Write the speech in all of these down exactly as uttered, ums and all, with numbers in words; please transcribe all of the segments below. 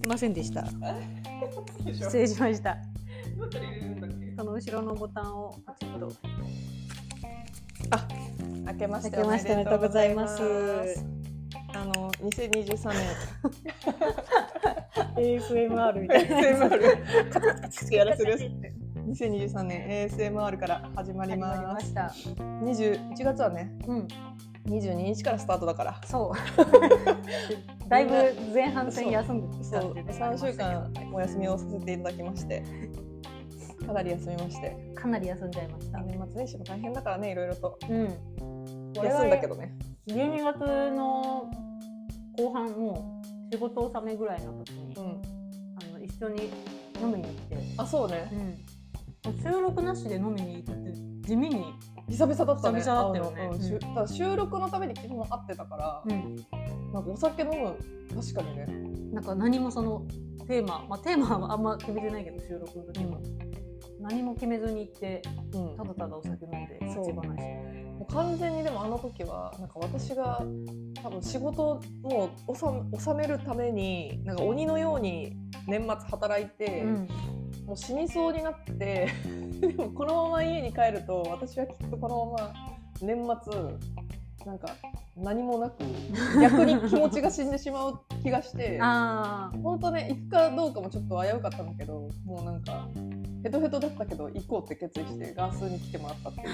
いませんでした。失礼しました。その後ろのボタンをポチッと。 あ、明けましておめでとうございます。 あのにせんにじゅうさんねんエーエスエムアール みたいなエーエスエムアール カツカツカツってやらせるやつにせんにじゅうさんねん エーエスエムアール から始まります。 始まりました。 にじゅういちがつはね、 うん、 にじゅうににちからスタートだから。 そうだいぶ前半戦休んできたんで、ね、 さんしゅうかんお休みをさせていただきましてかなり休みましてかなり休んじゃいました。 年末年始も大変だからね、いろいろと、 うん、 休んだけどね。 じゅうにがつの後半もう仕事納めぐらいの時に、うん、あの一緒に飲みに行って。 あ、そうね、 うん、収録なしで飲みに行って地味に久々だったね。 久々だったよね。 うん、ただ収録のために基本会ってたから、うん、なんかお酒飲む、確かにね。 なんか何もそのテーマ、まあ、テーマはあんま決めてないけど収録の時は、うん、何も決めずに行って、うん、ただただお酒飲んで立ち話。 もう完全にでもあの時はなんか私が多分仕事を収めるためになんか鬼のように年末働いて、うん、もう死にそうになってでもこのまま家に帰ると私はきっとこのまま年末なんか何もなく逆に気持ちが死んでしまう気がしてあ本当ね行くかどうかもちょっと危うかったんだけど、もうなんかヘトヘトだったけど行こうって決意してガースに来てもらったって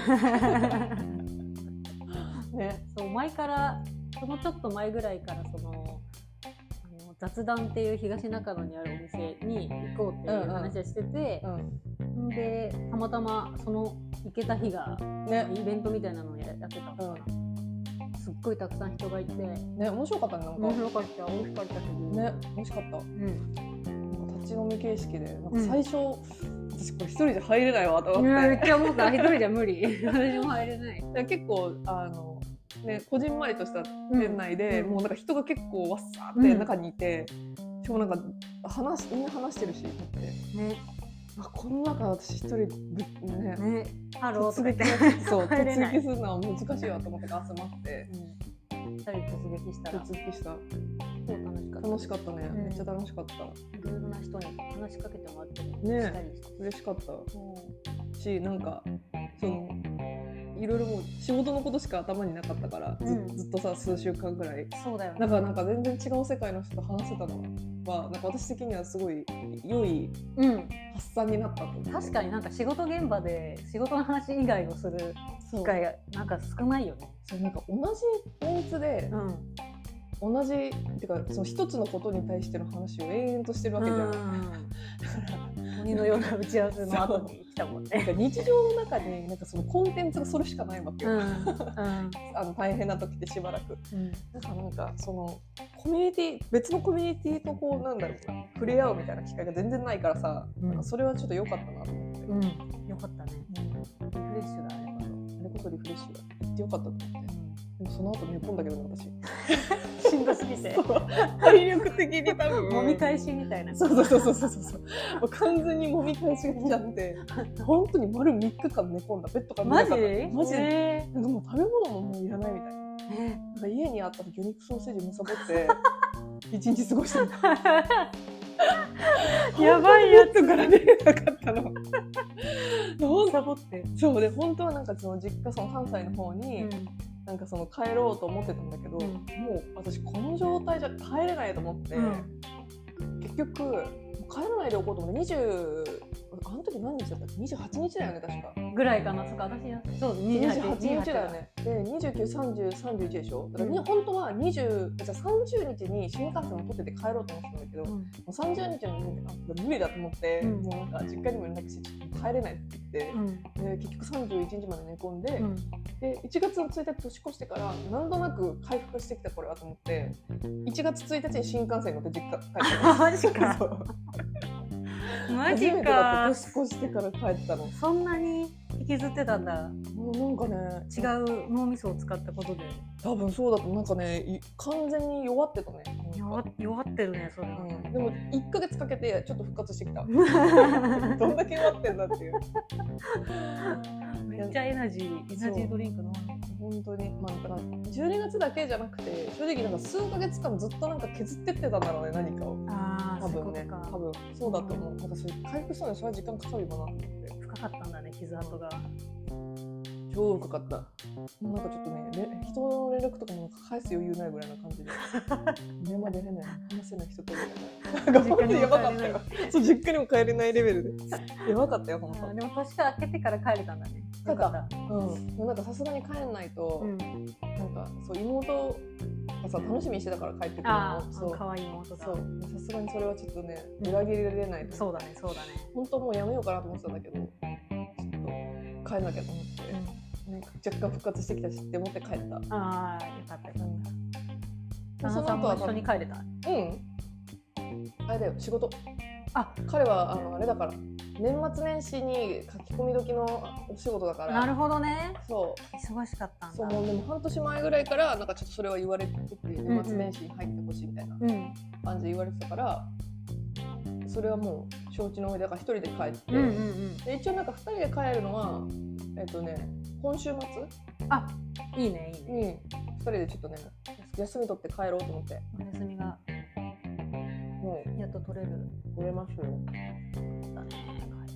いうね。 そう前からそのちょっと前ぐらいからそのあの雑談っていう東中野にあるお店に行こうっていう話をしてて、うんうん、でたまたまその行けた日が、ね、イベントみたいなのをやってたのかな、うん、すっごいたくさん人がいてね、面白かったね。なんか面白かった、美味しかったしね、美味しかった、うん、なんか立ち飲み形式でなんか最初、うん、私これ一人じゃ入れないわと思って、 めっちゃ思った一人じゃ無理私も入れない結構あのね、こじんまりとした店内で、うん、もうなんか人が結構わっさーって中にいて、うん、しかもなんか話みんな話してるしってね、あこの中私一人ぶねねハローとか言ってそう突撃するのは難しいわと思って集まって、 うん、ふたり突撃したら突撃したそう楽しかった楽しかったね、うん、めっちゃ楽しかった。いろいろな人に話しかけてもらってねしたりして嬉しかった、うん、しなんかそのいろいろもう仕事のことしか頭になかったから、うん、ず, ずっとさ数週間ぐらいそうだよ、ね、 だからなんか全然違う世界の人と話せたのはなんか私的にはすごい良い発散になったと思う、 うん、確かになんか仕事現場で仕事の話以外をする機会がなんか少ないよね。 そうなんか同じメンツで、うん、同じってかその一つのことに対しての話を延々としてるわけじゃん、うん、だから鬼のような打ち合わせの後に来たもんね。 なんか日常の中になんかそのコンテンツがそれしかないわけよ、うんうん、あの大変な時ってしばらく、うん、だからなんかそのコミュニティ別のコミュニティとこうなんだろうな触れ合うみたいな機会が全然ないからさ、うん、なんかそれはちょっと良かったなと思って、 うん、よかったね、うん、リフレッシュだね。 あれこそリフレッシュだ行ってよかったと思って、うん、でもその後寝込んだけどね私しんどすぎて体力的に多分揉み返しみたいな。 そうそうそうそうそうそうもう完全に揉み返しが来ちゃって本当に丸みっかかん寝込んだ。ベッドから寝なかった。マジマジでなんかもう食べ物ももういらないみたいな、えー、なんか家にあった魚肉ソーセージむさぼって一日過ごしてたやばいやつから寝れなかったのサボってそうで本当はなんかその実家その関西の方に、うんなんかその帰ろうと思ってたんだけど、うん、もう私この状態じゃ帰れないと思って、うん、結局帰らないでおこうと思ってにじゅうあの時何日だったっけにじゅうはちにちだよね確かぐらいかな。そっか私そうにじゅうはちにちだよね。でにじゅうく、さんじゅう、さんじゅういちでしょ。だから、うん、本当はにじゅうじゃさんじゅうにちに新幹線を取ってて帰ろうと思ってたんだけど、うん、もうさんじゅうにちの無理だと思って、うん、もうなんか実家にも連絡して帰れないって言って、うん、で結局さんじゅういちにちまで寝込んで、うん、でいちがつのついたち年越してからなんとなく回復してきたこれはと思っていちがつついたちに新幹線乗って実家帰ったマジかマジか初めてだった年越してから帰ったの。 そんなに引きずってたんだ。 もうなんかね違う脳みそを使ったことで多分そうだとなんかね完全に弱ってたね。 弱, 弱ってるねそれは、 うん、でもいっかげつかけてちょっと復活してきたどんだけ弱ってんだっていうめっちゃエナジーエナジードリンク飲んで本当に、まあ、だからじゅうにがつだけじゃなくて正直なんか数ヶ月間ずっとなんか削ってってたんだろうね何かを。 ああそういうこ多分そうだと思う、うん、なんかそれ回復するのにそれは時間かかるよなと思って。 深かったんだね、傷跡が。 超深かった。なんかちょっとね、人の連絡とかも返す余裕ないぐらいな感じで電話出れない、話せない人とみたいな、なんか本当にやばかったよ。そう、実家にも帰れないレベルでやばかったよ本当。 でも年が明けてから帰れたんだね。 よかった。うん。なんかさすがに帰んないと、うん、なんかそう妹がさ楽しみにしてたから帰ってくるの。そう、 可愛い妹が。 そう、さすがにそれはちょっとね裏切られないと。 そうだね、そうだね。 本当もうやめようかなと思ってたんだけど、ちょっと帰んなきゃと思って。うん、若干復活してきたしって思って帰った。 ああ、よかったよかった。旦那さんも一緒に帰れた？ うん。あれだよ、仕事。 あ、 彼はあのあれだから年末年始に書き込み時のお仕事だから。 なるほどね。 そう。 忙しかったんだ。 そう、もうでも半年前ぐらいからなんかちょっとそれは言われてて、年末年始に入ってほしいみたいな感じで言われてたから、うん、それはもう承知の上でだから一人で帰って、うんうんうん、で一応なんか二人で帰るのはえっとね。今週末？ あ、いいねいいね。 うん、ふたりでちょっとね休み取って帰ろうと思って。 お休みがもうやっと取れる。 取れますよ。 だね。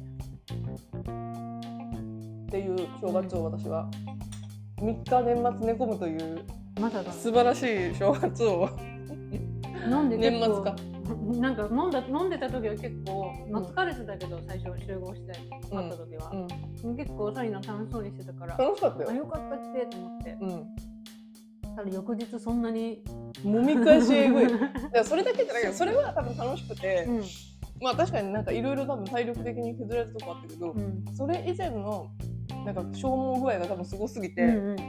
っていう正月を私はみっか年末寝込むというまさか素晴らしい正月をなんで年末か。 なんか飲んだ飲んでた時は結構、まあ、疲れてたけど、うん、最初集合して会った時は、うん、結構サリナ楽しそうにしてたから楽しかったよ。 あ、よかったってと思って、うん、ただ翌日そんなにもみ返しえぐい。いやそれだけじゃないけどそれは多分楽しくて、うん、まあ確かになんかいろいろ多分体力的に削られたとこあったけど、うん、それ以前のなんか消耗具合が多分すごすぎて、うんうん、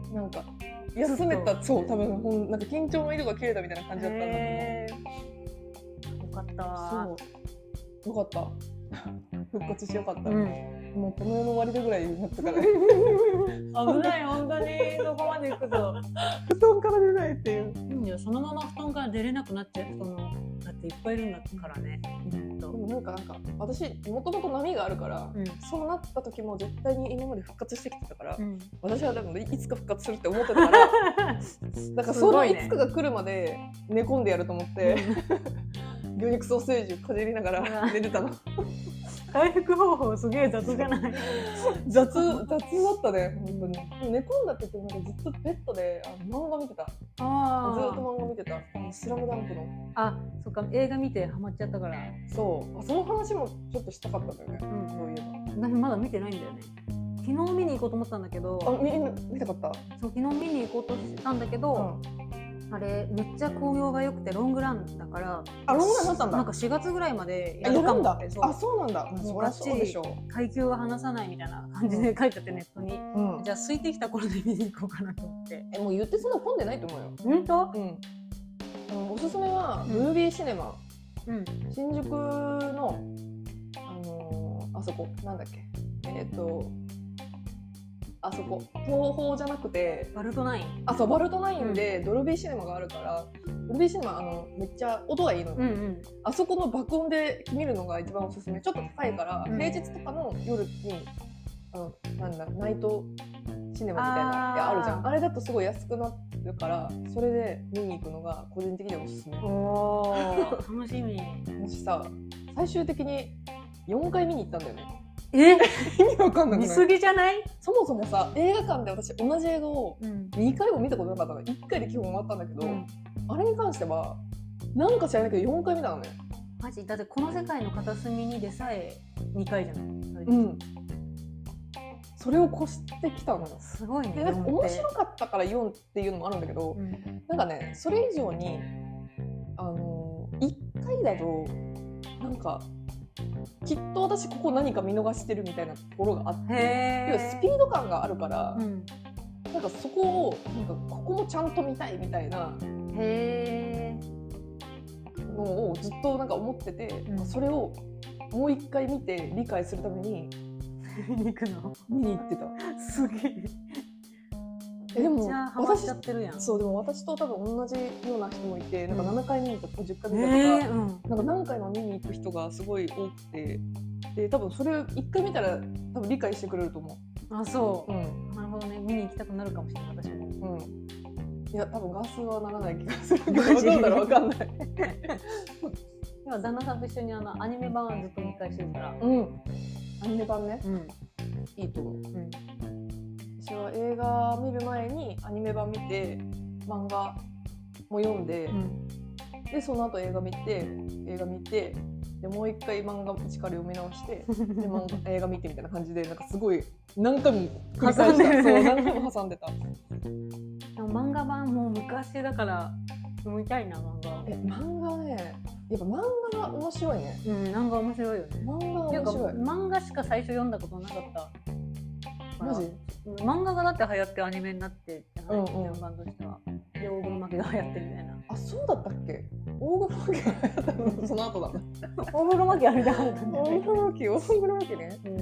なんか休めたそう多分なんか緊張の色が切れたみたいな感じだったんだけど。 よかったよかった復活してよかった、うん、もうこの世の終わりだぐらいになったから危ない本当にそこまで行くと布団から出ないっていう。 いやそのまま布団から出れなくなっちゃう人もだっていっぱいいるんだからね、うん、 でもなんかなんか私もともと波があるから、うん、そうなった時も絶対に今まで復活してきてたから、うん、私は多分いつか復活するって思ってたからだからそのいつかが来るまで寝込んでやると思って、うん、魚肉ソーセージをかじりながら寝てたの。 回復方法すげえ雑じゃない雑、雑だったね本当に。寝込んだって言ってなんかずっとベッドであの漫画見てた。あずっと漫画見てた。スラムダンクの。 あ、そっか映画見てハマっちゃったから。 そうその話もちょっとしたかったんだよね、うん、そういえば。 私まだ見てないんだよね。昨日見に行こうと思ったんだけど。 あ、見、見たかった。 そう昨日見に行こうとしたんだけど、うん、あれめっちゃ紅葉が良くてロングランだから。 あ、ロングランだったんだ。 なんかしがつぐらいまでやるかもって。 あ、そうなんだ。 そりゃそうでしょう。階級は離さないみたいな感じで書いてあってネットに、うん、じゃあ空いてきた頃で見に行こうかなと思って。 え、もう言ってそんな混んでないと思うよ。 本当？ うん。あのおすすめはムービーシネマ、うん、新宿のあのー、あそこなんだっけえっ、ー、とあそこ東宝じゃなくてバルトナイン。 あ、そうバルトナインでドルビーシネマがあるから、うん、ドルビーシネマあのめっちゃ音がいいのよ、うんうん、あそこの爆音で見るのが一番おすすめ。ちょっと高いから、うん、平日とかの夜にあのなんだナイトシネマみたいなのあるじゃん。あれだとすごい安くなるからそれで見に行くのが個人的にはおすすめ。 おー楽しみ。 私さ最終的によんかい見に行ったんだよね。 え意味わかんなくない？ 見すぎじゃない？ そもそもさ映画館で私同じ映画をにかいも見たことなかったの。いっかいで基本終わったんだけど、うん、あれに関してはなんか知らないけどよんかい見たのね。 マジだってこの世界の片隅にでさえにかいじゃない？ うん。それを越してきたのよ。 すごいね。 なんか面白かったからよんっていうのもあるんだけど、うん、なんかねそれ以上にあのいっかいだとなんかきっと私ここ何か見逃してるみたいなところがあって、要はスピード感があるから、うん、なんかそこをなんかここもちゃんと見たいみたいなへのをずっとなんか思ってて、うん、それをもう一回見て理解するために見に行くの見に行ってた。 すげえ。 えでも私ちゃってるやん。 そうでも私と多分同じような人もいて、なんかななかい見に行ったとかじゅっかい見たとか、えーうん、なんか何回も見に行く人がすごい多くて、で多分それをいっかい見たら多分理解してくれると思う。 あ、そう、うん、なるほどね。見に行きたくなるかもしれない私も。 うん。いや多分ガスはならない気がするけどどうだろうわかんない。 今旦那さんと一緒にあのアニメ版はずっと見返してるから。 うん。アニメ版ね。 うん。 いいと思う。 うん。 私は映画見る前にアニメ版見て漫画も読んで、うん、でその後映画見て映画見てでもう一回漫画一から読み直してで漫画映画見てみたいな感じでなんかすごい何回も繰り返した。そう何回も挟んでた。 でも漫画版もう昔だから読みたいな漫画。 え漫画ねやっぱ漫画が面白いね。 うん漫画面白いよね。 漫画面白い。 漫画しか最初読んだことなかった。 マジ？ 漫画がだって流行ってアニメになってじゃない、うんうん、順番としては。で大黒摩季が流行ってみたいな。 あそうだったっけ？大黒摩季が流行ったのその後だな。 大黒摩季あれだったんだよね。 大黒摩季大黒摩季ね。うん、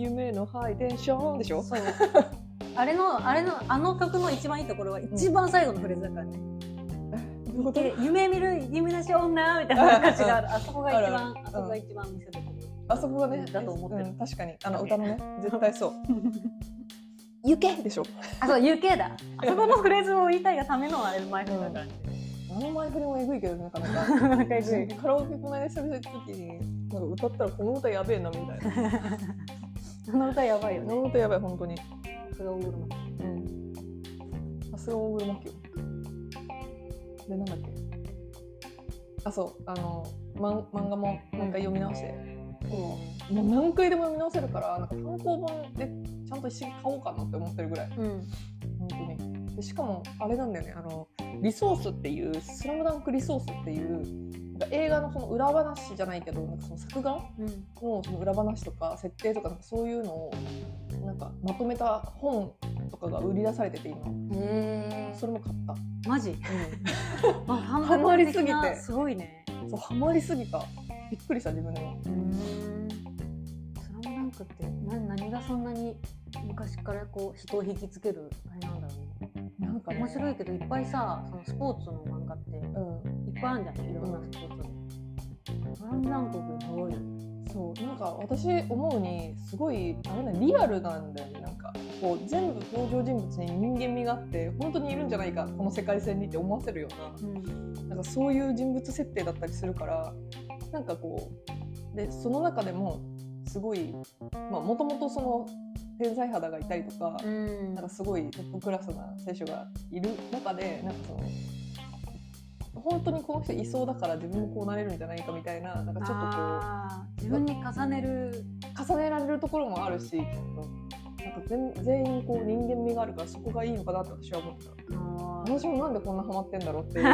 夢のハイテンションでしょ？そう。 あれのあれのあの曲の一番いいところは一番最後のフレーズだからね。うん、夢見る夢なし女みたいな歌詞がある。あそこが一番あそこが一番見せてくる。 あそこがねだと思ってる、 うん、確かにあの歌のね絶対そう行けでしょ。 あそう行けだ。あそこのフレーズを言いたいがためのあれ前振りだからね、 うん、あの前振りもエグいけどなかなかカラオケこの間久々に行った時になんか歌ったらこの歌やべえなみたいな。 あの歌やばいよね。 あの歌やばい本当に。 さすが大黒摩季。 さすが大黒摩季よ。でなんだっけあそうあの漫画も何回読み直して、もうもう何回でも読み直せるからなんか単行本でちゃんと一緒に買おうかなって思ってるぐらい、うん、本当に。でしかもあれなんだよねあのリソースっていうスラムダンクリソースっていうなんか映画のその裏話じゃないけどなんかその作画のその裏話とか設定とかなんかそういうのをなんかまとめた本とかが売り出されてて今。へーそれも買った。 マジ？うん、 ハマりすぎてすごいね。 そうハマりすぎた。びっくりした自分でも。うーんスラムダンクって何、何がそんなに昔からこう人を引きつけるあれなんだろうね。なんか、ね、面白いけどいっぱいさそのスポーツの漫画って、うん、いっぱいあるんじゃないいろんなスポーツで。スラムダンクってすごい。 そうなんか私思うにすごいあれ、ね、リアルなんだよね。なんかこう全部登場人物に人間味があって本当にいるんじゃないかこの世界線にって思わせるような、うん、なんかそういう人物設定だったりするからなんかこうでその中でもすごいもともとその天才肌がいたりとか、うん、なんかすごいトップクラスな選手がいる中でなんかその本当にこの人いそうだから自分もこうなれるんじゃないかみたいな、なんかちょっとこう自分に重ねる重ねられるところもあるし、きっとなんか 全, 全員こう人間味があるからそこがいいのかなって私は思った。私もなんでこんなハマってんだろうっていう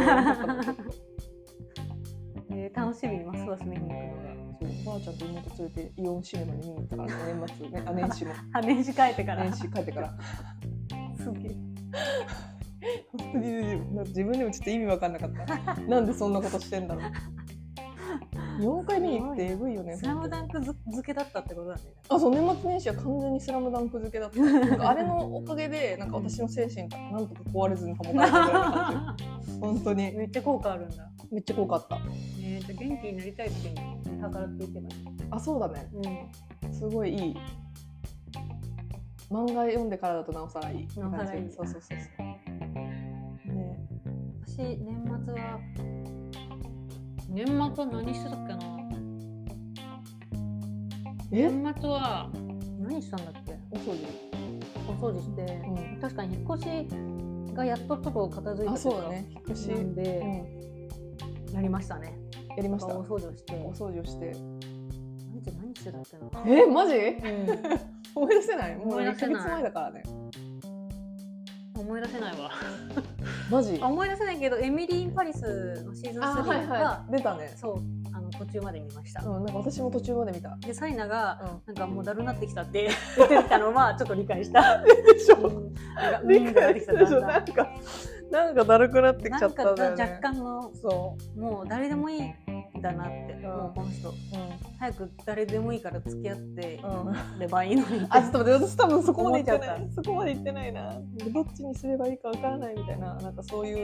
えー、楽しみにますます見に行くのが。 そうばあちゃんと妹連れてイオンシネマに見に行ったから、ね、年末ねあ年始もあ年始帰ってから年始帰ってからすげえ本当に自分でもちょっと意味わかんなかったなんでそんなことしてんだろうよんかい見に行ってエグいよね。 スラムダンク漬けだったってことだね。 あそう年末年始は完全にスラムダンク漬けだったなんかあれのおかげでなんか私の精神がなんとか壊れずに保たれたぐらいの感じ本当にめっちゃ効果あるんだ。 めっちゃ効果あった。 えー、じゃ元気になりたい時に計らっていけばいい。 あそうだね、うん、すごいいい漫画読んでからだとなおさらいい。 なおさらいい。 そうそうそうそうね。 私年末は年末は何してたっけな。 え年末は何したんだっけ。 お掃除お掃除して、うん、確かに引っ越しがやっとちょっと片付いたというか、あそうだね、引っ越しなんで、うん、やりましたね。 やりました。 お掃除をしてお掃除をして何何してたっけな。 えマジ、うん、思い出せない。もうにかげつまえだからね。 思い出せないわマジ思い出せないけどエミリー・イン・パリスのシーズンスリーが、はいはい、 出たね。 そうあの途中まで見ました、 うん、なんか私も途中まで見た。 でサイナが、うん、なんかもうだるなってきたって言ってたのはちょっと理解したでしょ、 うん、なんか理解したでしょ。 なんかなんかだるくなってきちゃったんだよね。 若干のそうもう誰でもいいんだなって、うん、もうこの人、うん、早く誰でもいいから付き合ってればいいのに、うん、 あちょっと待って私多分そこまで行ってないそこまで行ってないな。どっちにすればいいかわからないみたいななんかそういう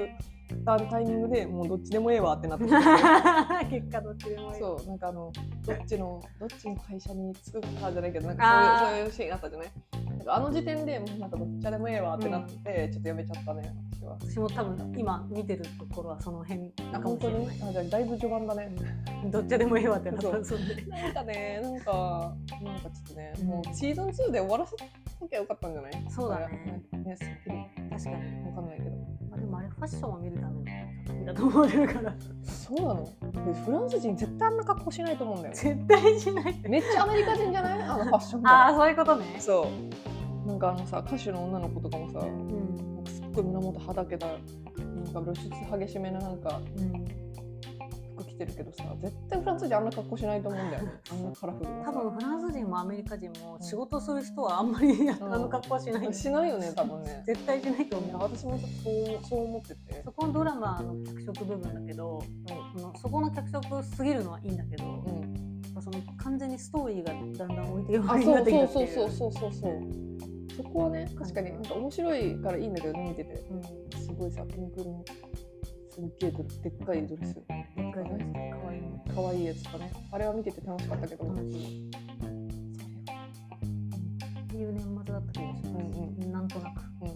たタイミングでもうどっちでもええわってなって結果どっちでもいい。 そうなんかあのどっちのどっちの会社に就くかじゃないけどなんかそういうそういうシーンあったじゃない。なんかあの時点でもうなんかどっちでもええわってなって、うん、ちょっとやめちゃったね私は。 私も多分今見てるところはその辺かもしれない。 あ本当にあじゃあだいぶ序盤だね。 どっちでもええわってなった。 そうなんかねなんかなんかちょっとね、うん、もうシーズンツーで終わらせときゃよかったんじゃない？ そうだね。 ねすっきり確かにわかんないけど。 まあでもあれファッションを見るための作品だと思ってるから。 そうなの？でフランス人絶対あんな格好しないと思うんだよね。 絶対しない。 めっちゃアメリカ人じゃない？あのファッションが。 ああそういうことね。 そう。なんかあのさ歌手の女の子とかもさ、うん、なんかすっごい胸元はだけたなんか露出激しめななんか、うん、服着てるけどさ絶対フランス人あんな格好しないと思うんだよね。あんなカラフルな。 多分フランス人もアメリカ人も仕事する人はあんまり、うん、あの格好はしない、 うん、しないよね多分ね。 絶対しないと思う。 私もちょっとそうそう思ってて。 そこのドラマの脚色部分だけど、うん、そのそこの脚色すぎるのはいいんだけど、うん、その完全にストーリーがだんだん置いてようになってきたっていう。 そうそうそうそうそうそう。そこはね確かになんか面白いからいいんだけどね見てて、うん、すごいさピンクのすっげえでっかいドレス、でっかいドレスかわいいかわいいやつとかねあれは見てて楽しかったけど、楽しい。 っていう年末だった気がします。うんうん、なんとなく。うん、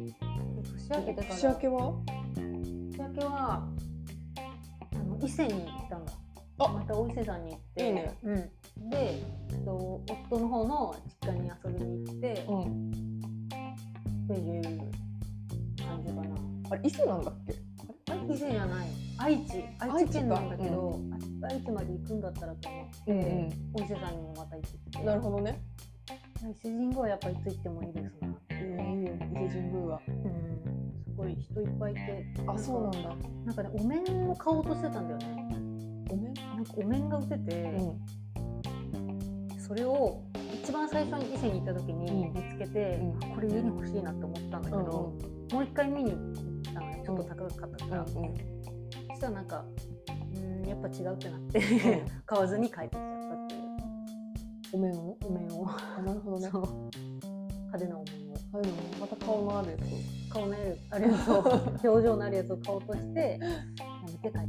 年明けてから。 年明けは？ 年明けはあの伊勢に行ったんだ。あまたお伊勢さんに行って。 いいね。 うん。で、夫の方の実家に遊びに行って、うん、っていう感じかな。 あれ伊勢なんだっけ？ 伊勢じゃない愛知愛知県なんだけど、うん、愛知まで行くんだったらと思って、うんうん、お伊勢さんにもまた行ってきて。 なるほどね。 伊勢神宮はやっぱりいつ行ってもいいですなっていう。 いいよ伊勢神宮は、うん、 すごい人いっぱいいて。 あそうなんだ。 なんかねお面を買おうとしてたんだよね。 お面？ なんかお面が売ってて、うんそれを一番最初に伊勢に行った時に見つけて、うん、これ家に欲しいなって思ったんだけど、うんうん、もう一回見に行ったのよ。ちょっと高かったから、うんうん、そしたらなんかうんやっぱ違うってなって、うん、買わずに帰ってきちゃったっていう。 お面をお面をあなるほどね。 そう派手なお面を派手なまた顔のあるやつ顔のあるやつを表情のあるやつを買おうとしてやめて帰ってきちゃった。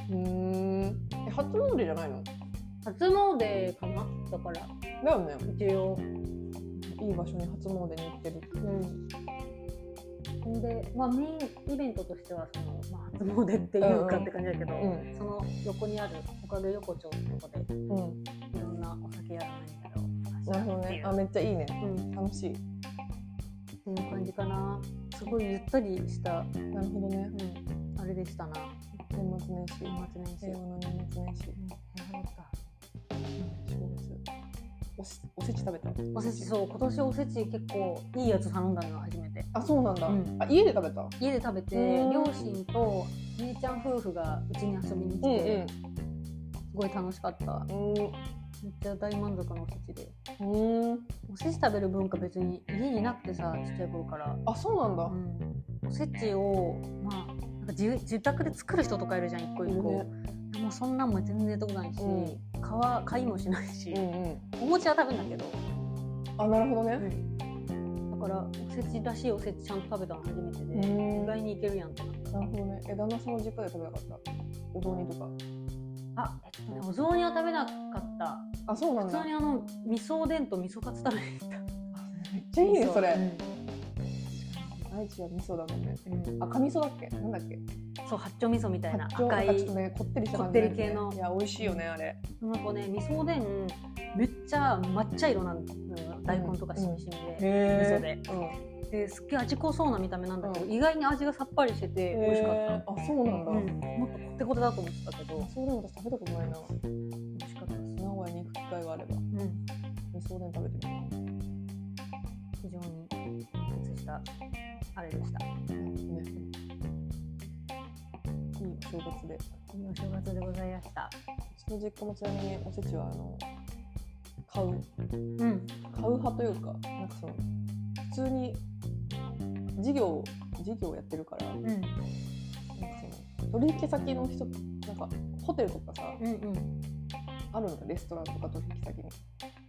うーんえ初詣じゃないの？ 初詣かなだからだよね。 一応いい場所に初詣に行ってる。 うん。で、まあメインイベントとしてはその、まあ、初詣っていうかって感じだけど、うん、その横にある岡部横丁のとこで、うん、いろんなお酒やらないんだろう。 なるほどね。あめっちゃいいね。うん、楽しい。 っていう感じかな。すごいゆったりした。 なるほどね。 うん、あれでしたな。 年末年始。 年末年始。 平和な年末年始。うん、 平和だった。 おせ、おせち食べた？ おせちそう今年おせち結構いいやつ頼んだの初めて。 あそうなんだ、うん、あ家で食べた？ 家で食べて両親と姉ちゃん夫婦がうちに遊びに来て、うんうん、すごい楽しかった。うんめっちゃ大満足のおせちで。うんおせち食べる文化別に家になくてさちっちゃい頃から。 あそうなんだ、うん、 おせちをまあなんか 自, 自宅で作る人とかいるじゃん一個一個、ね、もうそんなんも全然やったことないし、うん、皮買いもしないし、うんうん、お餅は食べるんだけど。 あなるほどね、 うん、だからおせちらしいおせちちゃんと食べたの初めてで意外にいけるやんってなった。 なるほどね。え旦那さんの実家で食べなかった？お雑煮とか。 あえっとねお雑煮は食べなかった。 あそうなんだ。 普通にあの味噌おでんと味噌カツ食べに行った。 めっちゃいいねそれ、うん、愛知は味噌だもんね、うん、赤味噌だっけなんだっけ。 そう八丁味噌みたいな赤いちょっとねこってりした感じ、ね、こってり系の。 いや美味しいよねあれ。 なんかね味噌おでんめっちゃ抹茶色なんだよ。大根とかしみしみで、うん、味噌で、うん、ですっげえ味濃そうな見た目なんだけど、うん、意外に味がさっぱりしてて美味しかった。 あそうなんだ、うん、 もっとコテコテだと思ってたけど。 そうでも私食べたことないな。美味しかったです。名古屋に行く機会があれば、うん、味噌おでん食べてみよう。 非常に満喫したあれでした、ね、 いいお正月でいいお正月でございました。 うちの実家もちなみにおせちはあの買う、うん、買う派というかなんかその普通に事業事業やってるから、うん、なんかその取引先の人なんかホテルとかさ、うんうん、あるんだレストランとか取引先に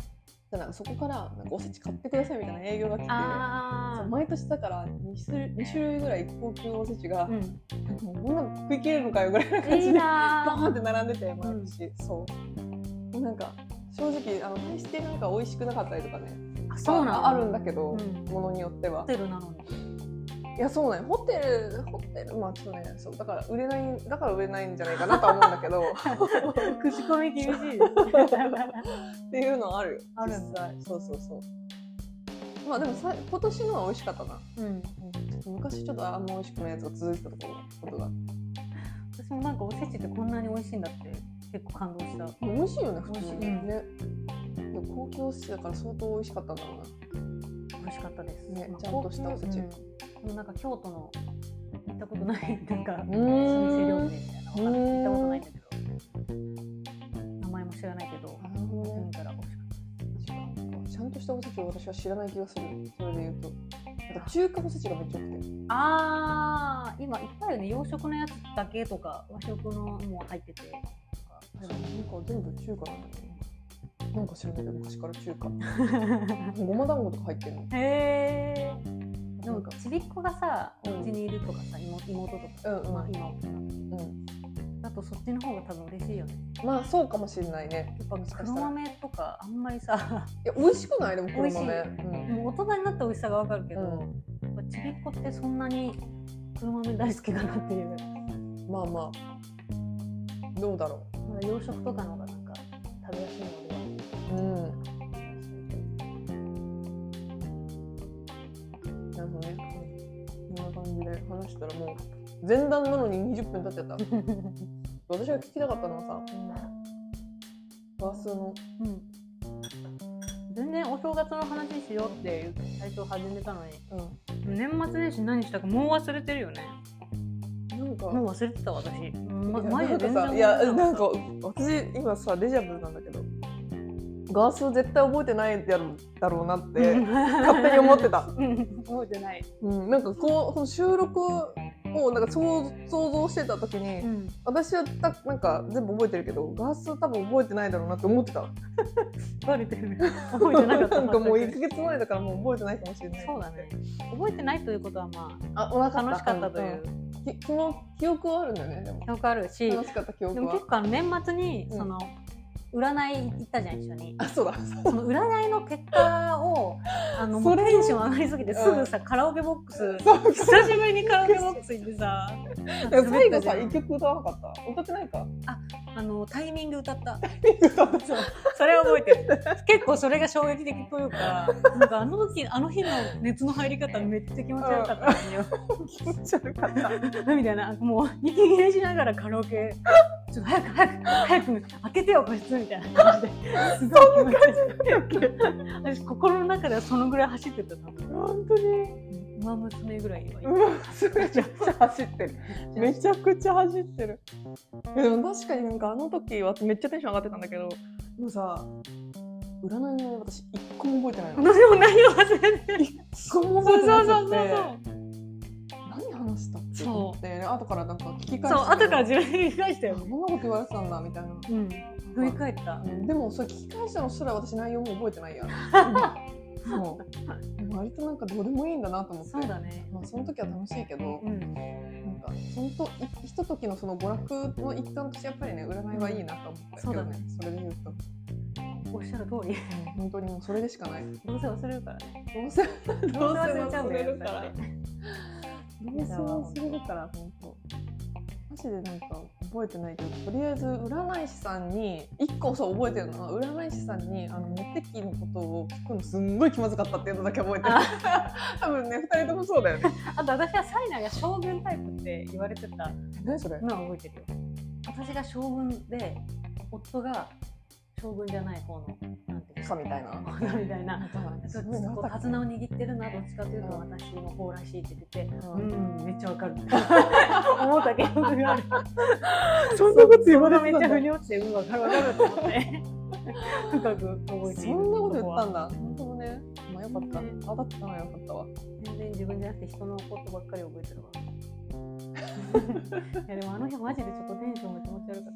なんかそこからなんかおせち買ってくださいみたいな営業が来て、 あ毎年だからに種類、に種類ぐらい高級のおせちが、 うん、 もうこんなの食い切れるのかよぐらいな感じでいいなバーンって並んでて毎年、うん、そうもうなんか正直あの大してなんか美味しくなかったりとかね、 あそうなのあるんだけど、 うん、 ものによってはホテルなのにいやそうねホテルホテルまあちょっとねそうだから売れないだから売れないんじゃないかなとは思うんだけど口コミ厳しいっていうのはあるよあるんだそうそうそうまあでもさ今年のは美味しかったな、 うん、 昔ちょっとあんま美味しくないやつが続いてたところことが私もなんかおせちってこんなに美味しいんだって結構感動した美味しいよね普通に、 うん、 ねでも高級おせちだから相当美味しかったんだろうな美味しかったです、 ねまあ、 ちゃんとしたおせち、 うん、なんか京都の行ったことないなんか老舗ー料理みたいなの行ったことないんだけど名前も知らないけど行ってみたら美味しかったちゃんとしたおせちを私は知らない気がするそれで言うとなんか中華おせちがめっちゃ多くてあー今いっぱいあるね洋食のやつだけとか和食のも入っててなんか全部中華なんだよねなんか知らないけど昔から中華ごま団子とか入ってるのへーでもちびっ子がさお家にいるとかさ、うん、妹, 妹とか、うんうんまあ、今大きくなって、うん、だとそっちの方が多分嬉しいよねまあそうかもしれないねやっぱ黒豆とかあんまりさいや美味しくないでも黒豆美味しい、 うん、もう大人になった美味しさがわかるけど、うん、ちびっ子ってそんなに黒豆大好きかなっていうまあまあどうだろうまだ洋食とかの方がなんか食べやすいのではうんなるほどねこんな感じで話したらもう前段なのににじゅっぷん経っちゃった私が聞きたかったのはさ、うん、バースの、 うん、全然お正月の話しようって最初始めたのに、うん、年末年始何したかもう忘れてるよねなんかもう忘れてた私、ま、前で全然いやなんか私今さデジャブなんだけどガースを絶対覚えてないだろう、だろうなって勝手に思ってた覚えてない、 うん、なんかこう収録をなんか想像してた時に、うん、私はたなんか全部覚えてるけどガースは多分覚えてないだろうなって思ってたバレてる覚えてなかったなんかもういっかげつまえだからもう覚えてないかもしれないそうだね覚えてないということはまあ、 あ楽しかったという、 うんききの記憶はあるんだよねでも記憶あるし楽しかった記憶はでも結構あの年末にその、うん、占い行ったじゃん一緒にあそうだその占いの結果をあのもうテンション上がりすぎてすぐさ、うん、カラオケボックス久しぶりにカラオケボックス行ってさ最後さいっきょく歌わなかった歌ってないかああのタイミング歌ったそうそれは覚えてる結構それが衝撃的というかなんかあの時あの日の熱の入り方めっちゃ気持ち悪かったんですよ気持ち悪かったみたいなもう息切れしながらカラオケちょっと早く早く早く開けてよ個室みたいな感じですごい気持ち悪い私心の中ではそのぐらい走ってたの本当に馬娘ぐらいはめちゃくちゃ走ってるめちゃくちゃ走ってるでも確かになんかあの時はめっちゃテンション上がってたんだけどもうさ占いの私一個も覚えてないの私も何を忘れてる一個も覚えてなくてそうそうそうそう何話したって思って後からなんか聞き返してそう後から自分で聞き返したよこんなこと言われてたんだみたいな、うん、 振り返った、 うん、でもそれ聞き返したのすら私内容も覚えてないやそう割となんかどうでもいいんだなと思ってそうだね、 まあ、その時は楽しいけど、うん、なんかそのとひとときのその娯楽の一環としてやっぱりね占いはいいなと思ったけどね、うん、そうだねそれで言うとおっしゃる通り、 うん、本当にもうそれでしかないどうせ忘れるからねどうせどうせ忘れちゃうんだよどうせ忘れるから本当マジでなんか覚えてないけどとりあえず占い師さんにいっこそう覚えてるのは占い師さんにあのモテ期のことを聞くのすんごい気まずかったっていうのだけ覚えてる多分ねふたりともそうだよねあと私はサイナが将軍タイプって言われてた何それのは覚えてるよ私が将軍で夫が将軍じゃない方のなんていうかみたいなみたいな手綱を握ってるのはどっちかというと私の方らしいって言っててうんめっちゃわかる思ったけどそんなこと言われてたんだめっちゃ腑に落ちてうんわかるわかるって思って深く覚えているそんなこと言ったんだ本当ねまあよかったねあだったのよかったわ全然自分じゃなくて人のことばっかり覚えてるわいやでもあの日マジでちょっとテンションが気持ち悪かった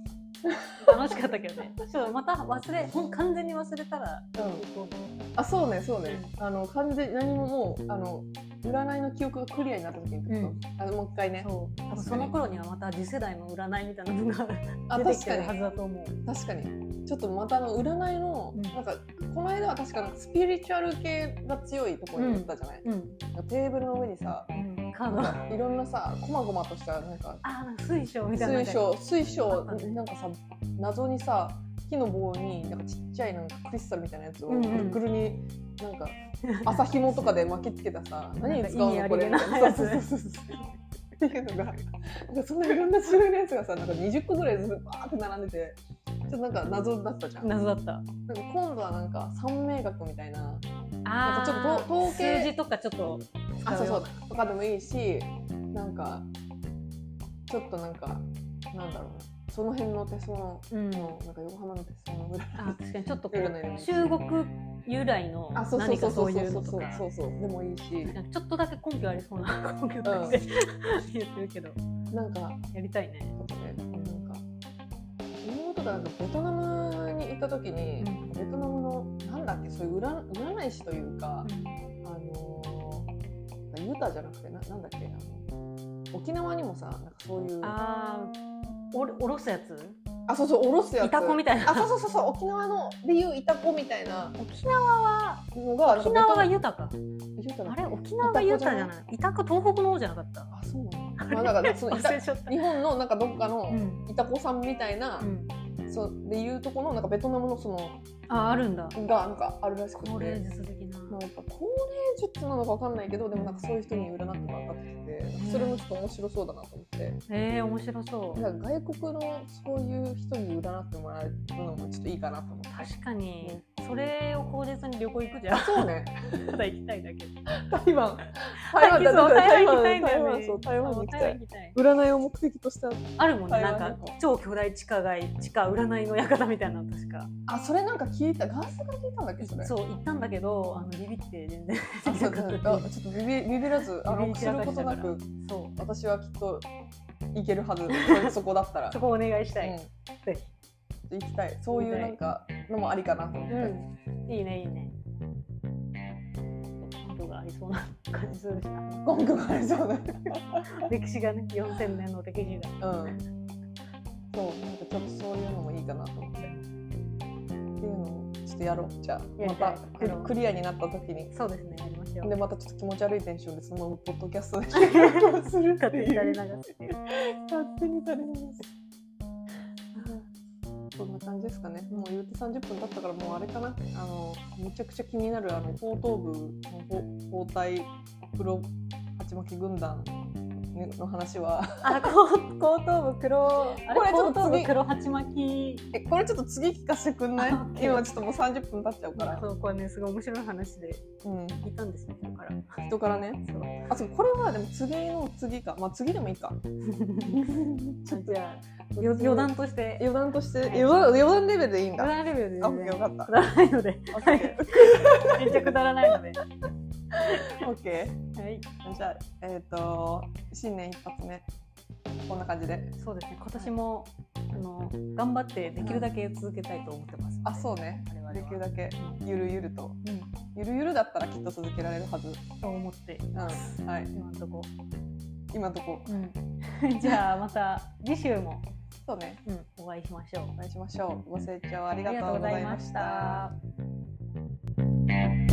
楽しかったけどね。ちょっとまた忘れ、ほん完全に忘れたら、 うん、あ、そうねそうね、うん、あの完全に何ももうあの占いの記憶がクリアになった時に、うん、あのもう一回ね、 そう多分その頃にはまた次世代の占いみたいなのが出てきてるはずだと思う。 確かにちょっとまたあの占いの、うん、なんかこの間は確かスピリチュアル系が強いところに行ったじゃない、うんうん、テーブルの上にさ、うん、カードいろんなさこまごまとしたなんかあなんか水晶みたいな水晶水晶なんかさ謎にさ木の棒になんかちっちゃいなんかクリスタルみたいなやつをぐるぐるになんか麻紐とかで巻きつけたさ何に使うのこれみたいなそうそうそうそうっていうのがなんかそんないろんな種類のやつがさなんかにじゅっこぐらいずっとバーって並んでてちょっとなんか謎だったじゃん。 謎だった。 なんか今度はなんか三名学みたいなあなんかちょっと統計数字とかちょっとあそうそうとかでもいいしなんかちょっとなんかなんだろうなその辺の手相の、うん、なんか横浜の手相のぐらいあ確かにちょっとこう中国由来の何かそういうのとかそうそうでもいいしちょっとだけ根拠ありそうな根拠として言ってるけどなんかやりたいね。 なんか妹がなんかベトナムに行った時に、うん、ベトナムのなんだっけそういう占占い師というか、うん、あのユタじゃなくて な, なんだっけあの沖縄にもさなんかそういうあお, おろすやつあそうそうおろすやつイタコみたいなあそうそうそうそう沖縄のでいうイタコみたいな沖縄はのが沖縄がユタかユタあれ沖縄がユタじゃないイタコ東北の方じゃなかったあそうなの、まあ、だからその日本のなんかどっかのイタコさんみたいな、うん、そうでいうとこのなんかベトナムのそのああるんだがなんかあるらしくて高齢術的ななんか高齢術なのか分かんないけどでもなんかそういう人に占ってもらったってきてそれもちょっと面白そうだなと思ってえー、面白そうなんか外国のそういう人に占ってもらえるのもちょっといいかなと思って確かに、ね、それを口実に旅行行くじゃんそうねただ行きたいだけ台湾台湾台湾台湾台湾そう台湾に行きたい占いを目的としてあるもんねなんか超巨大地下街地下占いの館みたいなの確かあそれなんか聞いたガースが聞いたんだっけそれそう行ったんだけどあのビビって全然あそうちょっとビビ、ビビらずあのすることなくそう私はきっと行けるはずそこだったらそこお願いしたい、うん、ぜひ行きたいそういうなんかのもありかなと思って、 うん、いいねいいね根拠がありそうな感じするしな根拠がありそうな歴史がねよんせんねんの歴史がうんそうなんかちょっとそういうのもいいかなと思ってっていうのをちょっとやろうじゃあまたクリアになった時にそうですねやりましょうでまたちょっと気持ち悪いテンションでそのままポッドキャストで収録するっていう勝手に垂れ流すっていう勝手に垂れ流すそんな感じですかねもう言うてさんじゅっぷん経ったからもうあれかなあのめちゃくちゃ気になるあの後頭部の包帯黒鉢巻き軍団の話はあ後頭部黒あれこれちょっと後頭部黒鉢巻きえこれちょっと次聞かせてくんない今ちょっともうさんじゅっぷん経っちゃうからそうこれねすごい面白い話で聞いたんですよ、うん、人から人からねそうあそうこれはでも次の次かまあ次でもいいかちょっとじゃあ余談として余談として、はい、余談余談レベルでいいんだ余談レベルで、ね、 あよかったくだらないのでめっちゃくだらないのでオッケーはいじゃあえっ、ー、と新年一発目こんな感じでそうですね今年も、はい、あの頑張ってできるだけ続けたいと思ってます、 うん、あそうねできるだけゆるゆると、うん、ゆるゆるだったらきっと続けられるはずと思っています、 うん、はい今のとこ今のとこ、 うん、じゃあまた次週もそうね、 うん、お会いしましょうお会いしましょうご清聴ありがとうございました。